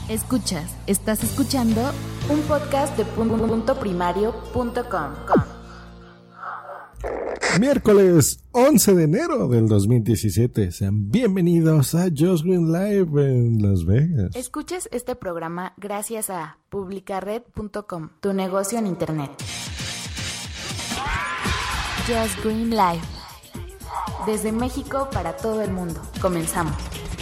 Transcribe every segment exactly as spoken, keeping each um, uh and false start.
Escuchas, estás escuchando un podcast de punto primario punto com. Miércoles once de enero del dos mil diecisiete. Sean bienvenidos a Just Green Live en Las Vegas. Escuchas este programa gracias a publicared punto com, tu negocio en internet. Just Green Live. Desde México para todo el mundo. Comenzamos.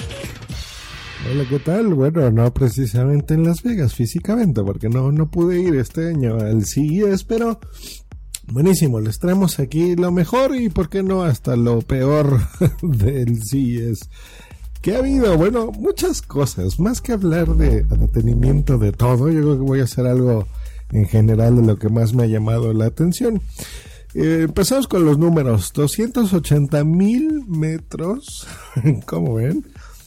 Hola, ¿qué tal? Bueno, no precisamente en Las Vegas físicamente, porque no, no pude ir este año al C E S, pero buenísimo, les traemos aquí lo mejor y por qué no hasta lo peor del C E S. ¿Qué ha habido? Bueno, muchas cosas, más que hablar de detenimiento de todo, yo creo que voy a hacer algo en general de lo que más me ha llamado la atención. Eh, empezamos con los números, doscientos ochenta mil metros, ¿cómo ven?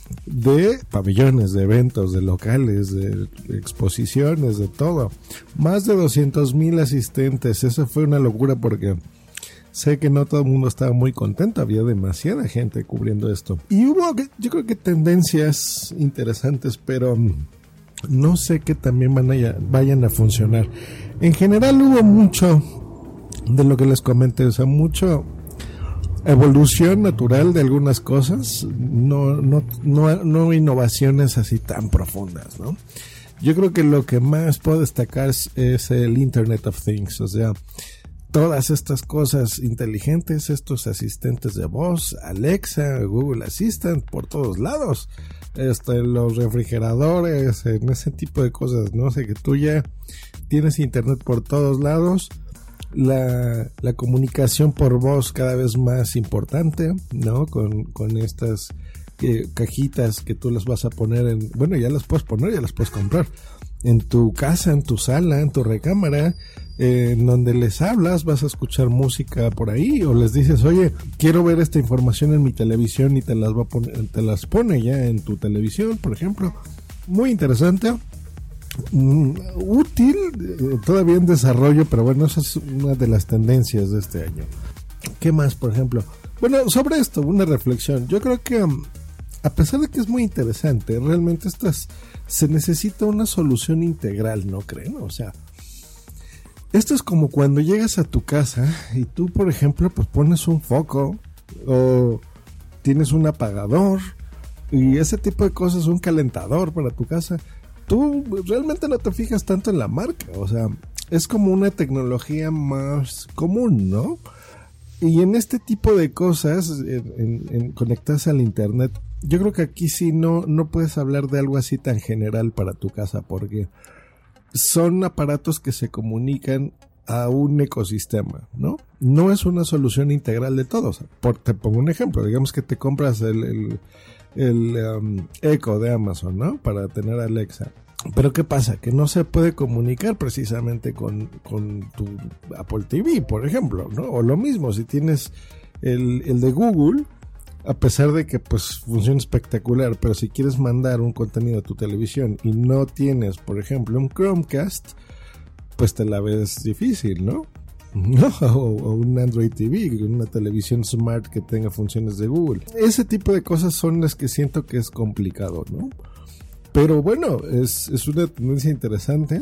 De pabellones, de eventos, de locales, de exposiciones, de todo. Más de doscientos mil asistentes. Eso fue una locura porque sé que no todo el mundo estaba muy contento. Había demasiada gente cubriendo esto. Y hubo, yo creo que tendencias interesantes, pero no sé que también van a, vayan a funcionar. En general hubo mucho de lo que les comenté, o sea, mucho evolución natural de algunas cosas, no, no, no, no innovaciones así tan profundas, ¿no? Yo creo que lo que más puedo destacar es, es el Internet of Things, o sea, todas estas cosas inteligentes, estos asistentes de voz, Alexa, Google Assistant, por todos lados, este, los refrigeradores, en ese tipo de cosas, no sé, que tú ya tienes internet por todos lados. La, la comunicación por voz cada vez más importante, ¿no? Con, con estas eh, cajitas que tú las vas a poner en, bueno, ya las puedes poner, ya las puedes comprar en tu casa, en tu sala, en tu recámara, eh, en donde les hablas, vas a escuchar música por ahí, o les dices, oye, quiero ver esta información en mi televisión, y te las va a poner, te las pone ya en tu televisión, por ejemplo. Muy interesante. Mm, útil, eh, todavía en desarrollo, pero bueno, esa es una de las tendencias de este año. ¿Qué más, por ejemplo? Bueno, sobre esto, una reflexión. Yo creo que um, a pesar de que es muy interesante, realmente estas, se necesita una solución integral, ¿no creen? O sea, esto es como cuando llegas a tu casa y tú, por ejemplo, pues pones un foco o tienes un apagador y ese tipo de cosas, un calentador para tu casa. Tú realmente no te fijas tanto en la marca, o sea, es como una tecnología más común, ¿no? Y en este tipo de cosas, en, en, en conectarse al internet, yo creo que aquí sí no, no puedes hablar de algo así tan general para tu casa, porque son aparatos que se comunican a un ecosistema, ¿no? No es una solución integral de todos. Por, te pongo un ejemplo, digamos que te compras el... el el um, Echo de Amazon, ¿no? Para tener Alexa. Pero ¿qué pasa? Que no se puede comunicar precisamente con, con tu Apple T V, por ejemplo, ¿no? O lo mismo, si tienes el, el de Google, a pesar de que pues funciona espectacular, pero si quieres mandar un contenido a tu televisión y no tienes, por ejemplo, un Chromecast, pues te la ves difícil, ¿no? No, o, o un Android T V, una televisión smart que tenga funciones de Google. Ese tipo de cosas son las que siento que es complicado, ¿no? Pero bueno, es, es una tendencia interesante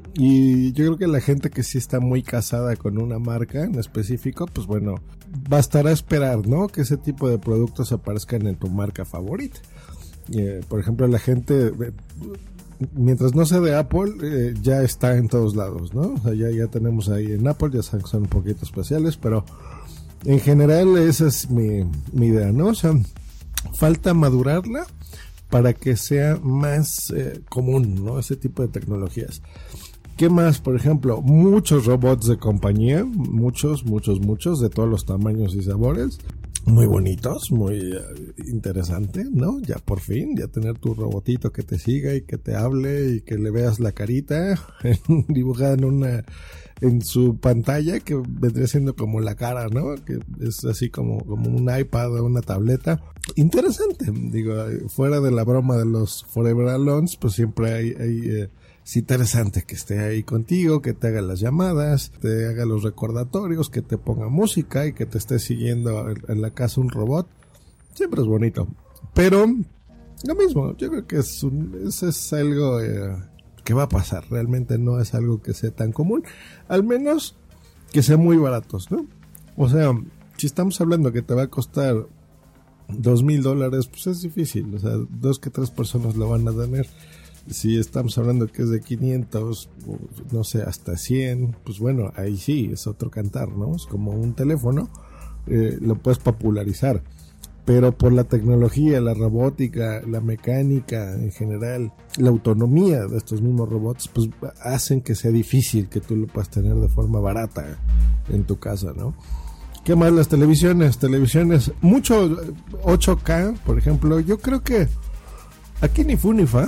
y yo creo que la gente que sí está muy casada con una marca en específico, pues bueno, bastará esperar, ¿no? Que ese tipo de productos aparezcan en tu marca favorita. Eh, por ejemplo, la gente... Eh, mientras no sea de Apple, eh, ya está en todos lados, ¿no? O sea, ya, ya tenemos ahí en Apple, ya saben que son un poquito especiales, pero en general esa es mi, mi idea, ¿no? O sea, falta madurarla para que sea más eh, común, ¿no? Ese tipo de tecnologías. ¿Qué más? Por ejemplo, muchos robots de compañía, muchos, muchos, muchos, de todos los tamaños y sabores. Muy bonitos, muy uh, interesante, ¿no? Ya por fin, ya tener tu robotito que te siga y que te hable y que le veas la carita dibujada en una, en su pantalla, que vendría siendo como la cara, ¿no? Que es así como, como un iPad o una tableta. Interesante, digo, fuera de la broma de los Forever Alones, pues siempre hay, hay eh, es interesante que esté ahí contigo, que te haga las llamadas, te haga los recordatorios, que te ponga música y que te esté siguiendo en la casa un robot. Siempre es bonito. Pero lo mismo, yo creo que es, un, es, es algo eh, que va a pasar, realmente no es algo que sea tan común, al menos que sean muy baratos, ¿no? O sea, si estamos hablando que te va a costar dos mil dólares, pues es difícil, o sea, dos que tres personas lo van a tener. Si estamos hablando que es de quinientos, no sé, hasta cien, pues bueno, ahí sí, es otro cantar, ¿no? Es como un teléfono, eh, lo puedes popularizar, pero por la tecnología, la robótica, la mecánica en general, la autonomía de estos mismos robots, pues hacen que sea difícil que tú lo puedas tener de forma barata en tu casa, ¿no? ¿Qué más? Las televisiones, televisiones, mucho ocho K, por ejemplo, yo creo que aquí ni fu ni fa.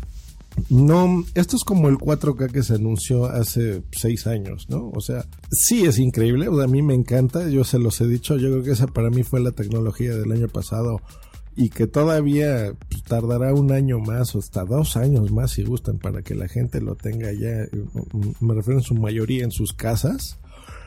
No, esto es como el cuatro K que se anunció hace seis años, ¿no? O sea, sí es increíble, o sea, a mí me encanta, yo se los he dicho, yo creo que esa para mí fue la tecnología del año pasado y que todavía pues, tardará un año más o hasta dos años más si gustan para que la gente lo tenga ya, me refiero en su mayoría en sus casas.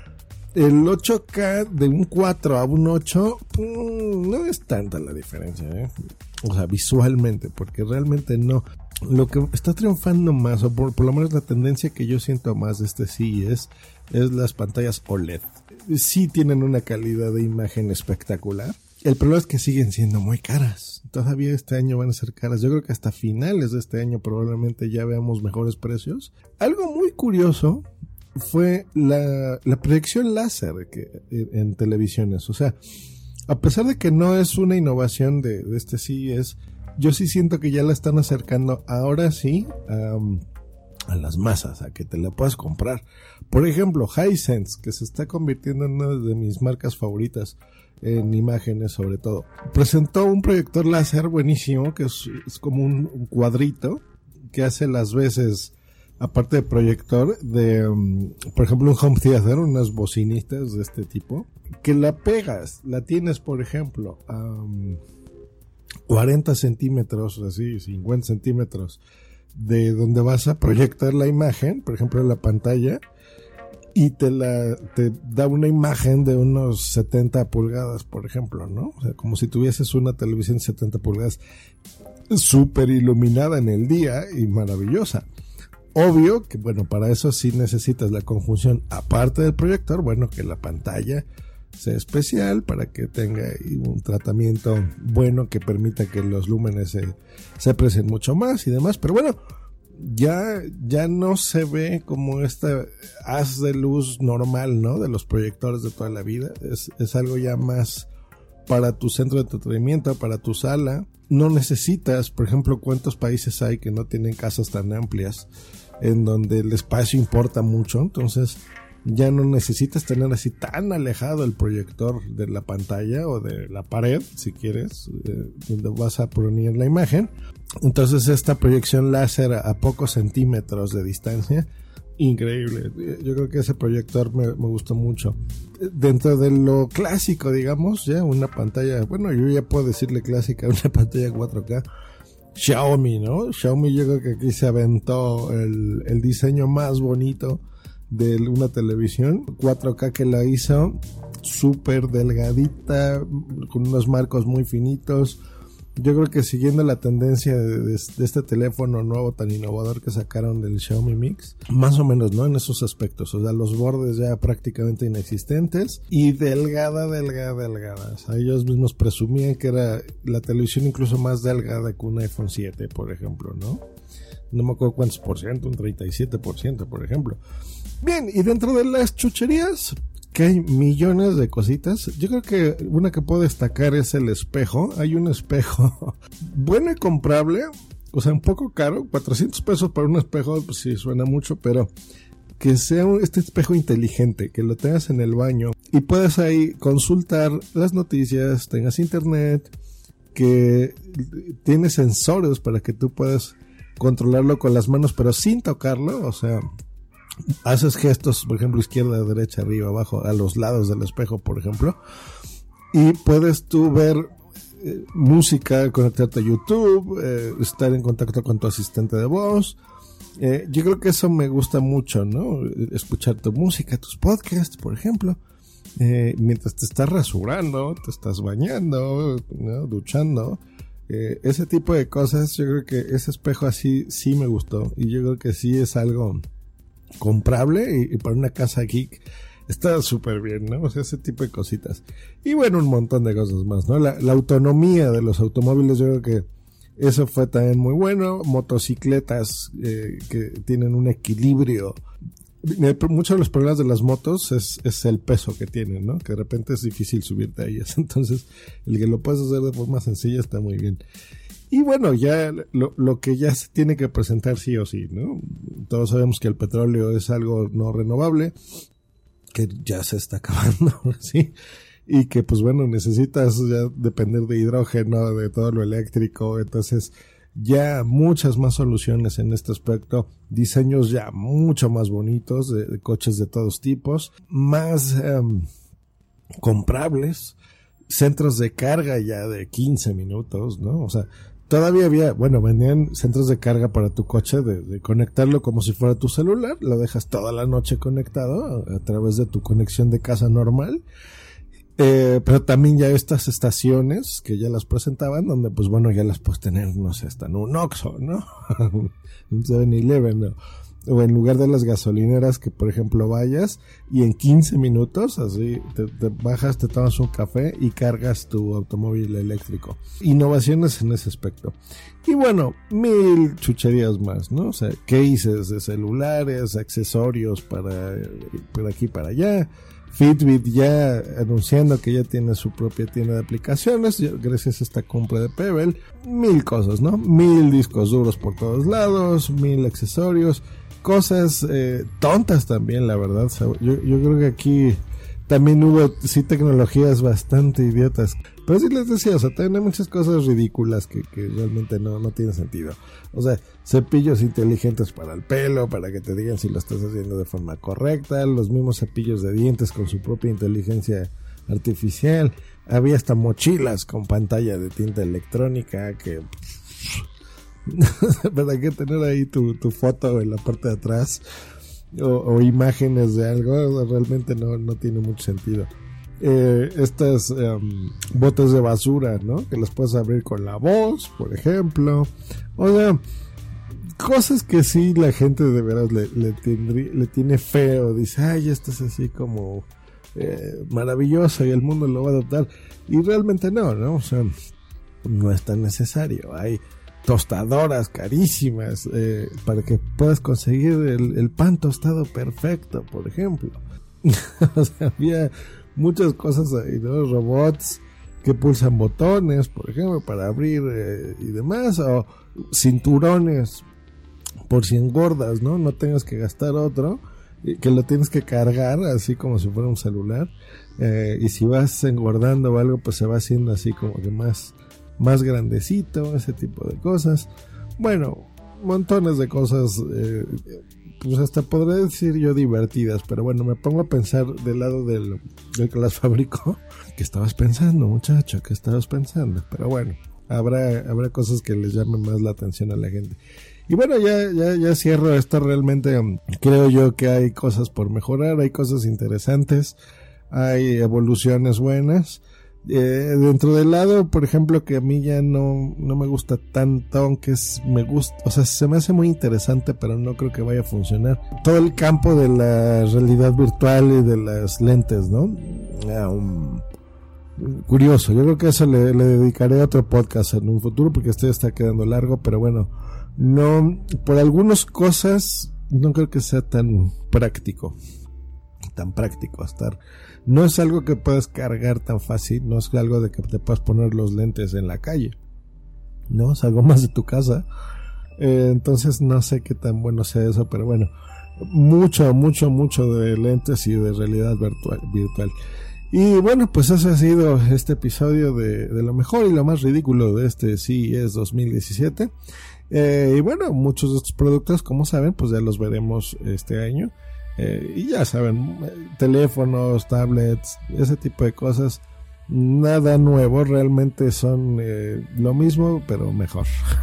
El ocho K de un cuatro a un ocho mmm, no es tanta la diferencia, ¿eh? O sea, visualmente, porque realmente no. Lo que está triunfando más, o por, por lo menos la tendencia que yo siento más de este C E S, es las pantallas O L E D. Sí tienen una calidad de imagen espectacular. El problema es que siguen siendo muy caras. Todavía este año van a ser caras. Yo creo que hasta finales de este año probablemente ya veamos mejores precios. Algo muy curioso fue la, la proyección láser que, en, en televisiones. O sea, a pesar de que no es una innovación de, de este C E S, yo sí siento que ya la están acercando ahora sí um, a las masas, a que te la puedas comprar. Por ejemplo, Hisense, que se está convirtiendo en una de mis marcas favoritas en imágenes sobre todo, presentó un proyector láser buenísimo que es, es como un, un cuadrito que hace las veces, aparte de proyector, de, um, por ejemplo, un home theater, unas bocinitas de este tipo, que la pegas, la tienes, por ejemplo, a um, cuarenta centímetros, así, cincuenta centímetros, de donde vas a proyectar la imagen, por ejemplo, en la pantalla, y te la te da una imagen de unos setenta pulgadas, por ejemplo, ¿no? O sea, como si tuvieses una televisión de setenta pulgadas, súper iluminada en el día y maravillosa. Obvio que, bueno, para eso sí necesitas la conjunción, aparte del proyector, bueno, que la pantalla sea especial para que tenga un tratamiento bueno que permita que los lúmenes se, se aprecien mucho más y demás, pero bueno, ya, ya no se ve como esta haz de luz normal, ¿no? De los proyectores de toda la vida, es, es algo ya más para tu centro de entretenimiento, para tu sala. No necesitas, por ejemplo, cuántos países hay que no tienen casas tan amplias en donde el espacio importa mucho, entonces ya no necesitas tener así tan alejado el proyector de la pantalla o de la pared, si quieres, eh, donde vas a poner la imagen. Entonces esta proyección láser a, a pocos centímetros de distancia, increíble. Yo creo que ese proyector me, me gustó mucho. Dentro de lo clásico, digamos, ya una pantalla, bueno, yo ya puedo decirle clásica, una pantalla cuatro K. Xiaomi, ¿no? Xiaomi yo creo que aquí se aventó el, el diseño más bonito de una televisión cuatro K que la hizo súper delgadita, con unos marcos muy finitos. Yo creo que siguiendo la tendencia de, de, de este teléfono nuevo tan innovador que sacaron del Xiaomi Mix, más o menos, ¿no? En esos aspectos, o sea, los bordes ya prácticamente inexistentes y delgada, delgada, delgada. O sea, ellos mismos presumían que era la televisión incluso más delgada que un iPhone siete, por ejemplo, ¿no? No me acuerdo cuántos por ciento, un treinta y siete por ciento, por ejemplo. Bien, y dentro de las chucherías, que hay millones de cositas, yo creo que una que puedo destacar es el espejo. Hay un espejo bueno y comprable, o sea, un poco caro, cuatrocientos pesos para un espejo, pues sí suena mucho, pero que sea un, este espejo inteligente, que lo tengas en el baño y puedas ahí consultar las noticias, tengas internet, que tiene sensores para que tú puedas controlarlo con las manos, pero sin tocarlo, o sea, haces gestos, por ejemplo, izquierda, derecha, arriba, abajo, a los lados del espejo, por ejemplo, y puedes tú ver eh, música, conectarte a YouTube, eh, estar en contacto con tu asistente de voz. Eh, yo creo que eso me gusta mucho, ¿no? Escuchar tu música, tus podcasts, por ejemplo, eh, mientras te estás rasurando, te estás bañando, ¿no? Duchando. Eh, ese tipo de cosas, yo creo que ese espejo así sí me gustó. Y yo creo que sí es algo comprable y, y para una casa geek está súper bien, ¿no? O sea, ese tipo de cositas. Y bueno, un montón de cosas más, ¿no? La, la autonomía de los automóviles, yo creo que eso fue también muy bueno. Motocicletas eh, que tienen un equilibrio. Muchos de los problemas de las motos es, es el peso que tienen, ¿no? Que de repente es difícil subirte a ellas. Entonces, el que lo puedes hacer de forma sencilla está muy bien. Y bueno, ya lo, lo que ya se tiene que presentar sí o sí, ¿no? Todos sabemos que el petróleo es algo no renovable, que ya se está acabando, ¿sí? Y que pues bueno, necesitas ya depender de hidrógeno, de todo lo eléctrico, entonces ya muchas más soluciones en este aspecto, diseños ya mucho más bonitos, de, de coches de todos tipos, más um, comprables, centros de carga ya de quince minutos, ¿no? O sea, todavía había, bueno, vendían centros de carga para tu coche, de, de conectarlo como si fuera tu celular, lo dejas toda la noche conectado a, a través de tu conexión de casa normal, eh, pero también ya estas estaciones que ya las presentaban, donde pues bueno, ya las puedes tener, no sé, hasta en un Oxxo, ¿no? Un seven eleven, ¿no? O en lugar de las gasolineras que por ejemplo vayas y en quince minutos así te, te bajas, te tomas un café y cargas tu automóvil eléctrico. Innovaciones en ese aspecto. Y bueno, mil chucherías más, ¿no? O sea, cases de celulares, accesorios para, para aquí para allá. Fitbit ya anunciando que ya tiene su propia tienda de aplicaciones gracias a esta compra de Pebble. Mil cosas, ¿no? Mil discos duros por todos lados, mil accesorios. Cosas eh, tontas también, la verdad. O sea, yo, yo creo que aquí también hubo, sí, tecnologías bastante idiotas. Pero sí les decía, o sea, también hay muchas cosas ridículas que, que realmente no, no tienen sentido. O sea, cepillos inteligentes para el pelo, para que te digan si lo estás haciendo de forma correcta. Los mismos cepillos de dientes con su propia inteligencia artificial. Había hasta mochilas con pantalla de tinta electrónica que... ¿Para qué tener ahí tu, tu foto en la parte de atrás o, o imágenes de algo? Realmente no, no tiene mucho sentido. Eh, estas um, botes de basura, ¿no? Que las puedes abrir con la voz, por ejemplo. O sea, cosas que sí la gente de veras le, le, tendrí, le tiene feo. Dice, ay, esto es así como eh, maravilloso y el mundo lo va a adoptar. Y realmente no, ¿no? O sea, no es tan necesario. Hay tostadoras carísimas eh, para que puedas conseguir el, el pan tostado perfecto, por ejemplo. O sea, había muchas cosas ahí, ¿no? Robots que pulsan botones, por ejemplo, para abrir eh, y demás, o cinturones por si engordas, ¿no? No tengas que gastar otro, que lo tienes que cargar así como si fuera un celular, eh, y si vas engordando o algo, pues se va haciendo así como que más más grandecito, ese tipo de cosas. Bueno, montones de cosas, eh, pues hasta podría decir yo divertidas, pero bueno, me pongo a pensar del lado del, del que las fabricó. ¿Qué estabas pensando, muchacho? ¿Qué estabas pensando? Pero bueno, habrá, habrá cosas que les llamen más la atención a la gente. Y bueno, ya, ya, ya cierro esto. Realmente um, creo yo que hay cosas por mejorar, hay cosas interesantes, hay evoluciones buenas. Eh, dentro del lado, por ejemplo, que a mí ya no, no me gusta tanto, aunque es, me gusta, o sea, se me hace muy interesante, pero no creo que vaya a funcionar. Todo el campo de la realidad virtual y de las lentes, ¿no? Ah, um, curioso, yo creo que eso le, le dedicaré a otro podcast en un futuro, porque este está quedando largo, pero bueno, no, por algunas cosas, no creo que sea tan práctico, tan práctico estar. No es algo que puedas cargar tan fácil, no es algo de que te puedas poner los lentes en la calle, no, es algo más de tu casa, eh, entonces no sé qué tan bueno sea eso, pero bueno, mucho, mucho, mucho de lentes y de realidad virtual, virtual. Y bueno, pues ese ha sido este episodio de, de lo mejor y lo más ridículo de este C E S dos mil diecisiete, eh, y bueno, muchos de estos productos, como saben, pues ya los veremos este año. Eh, y ya saben, teléfonos, tablets, ese tipo de cosas, nada nuevo, realmente son eh, lo mismo, pero mejor.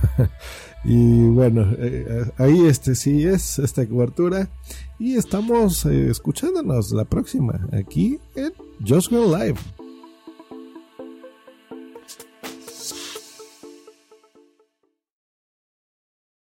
Y bueno, eh, ahí este sí es esta cobertura, y estamos eh, escuchándonos la próxima, aquí en Just Go Live.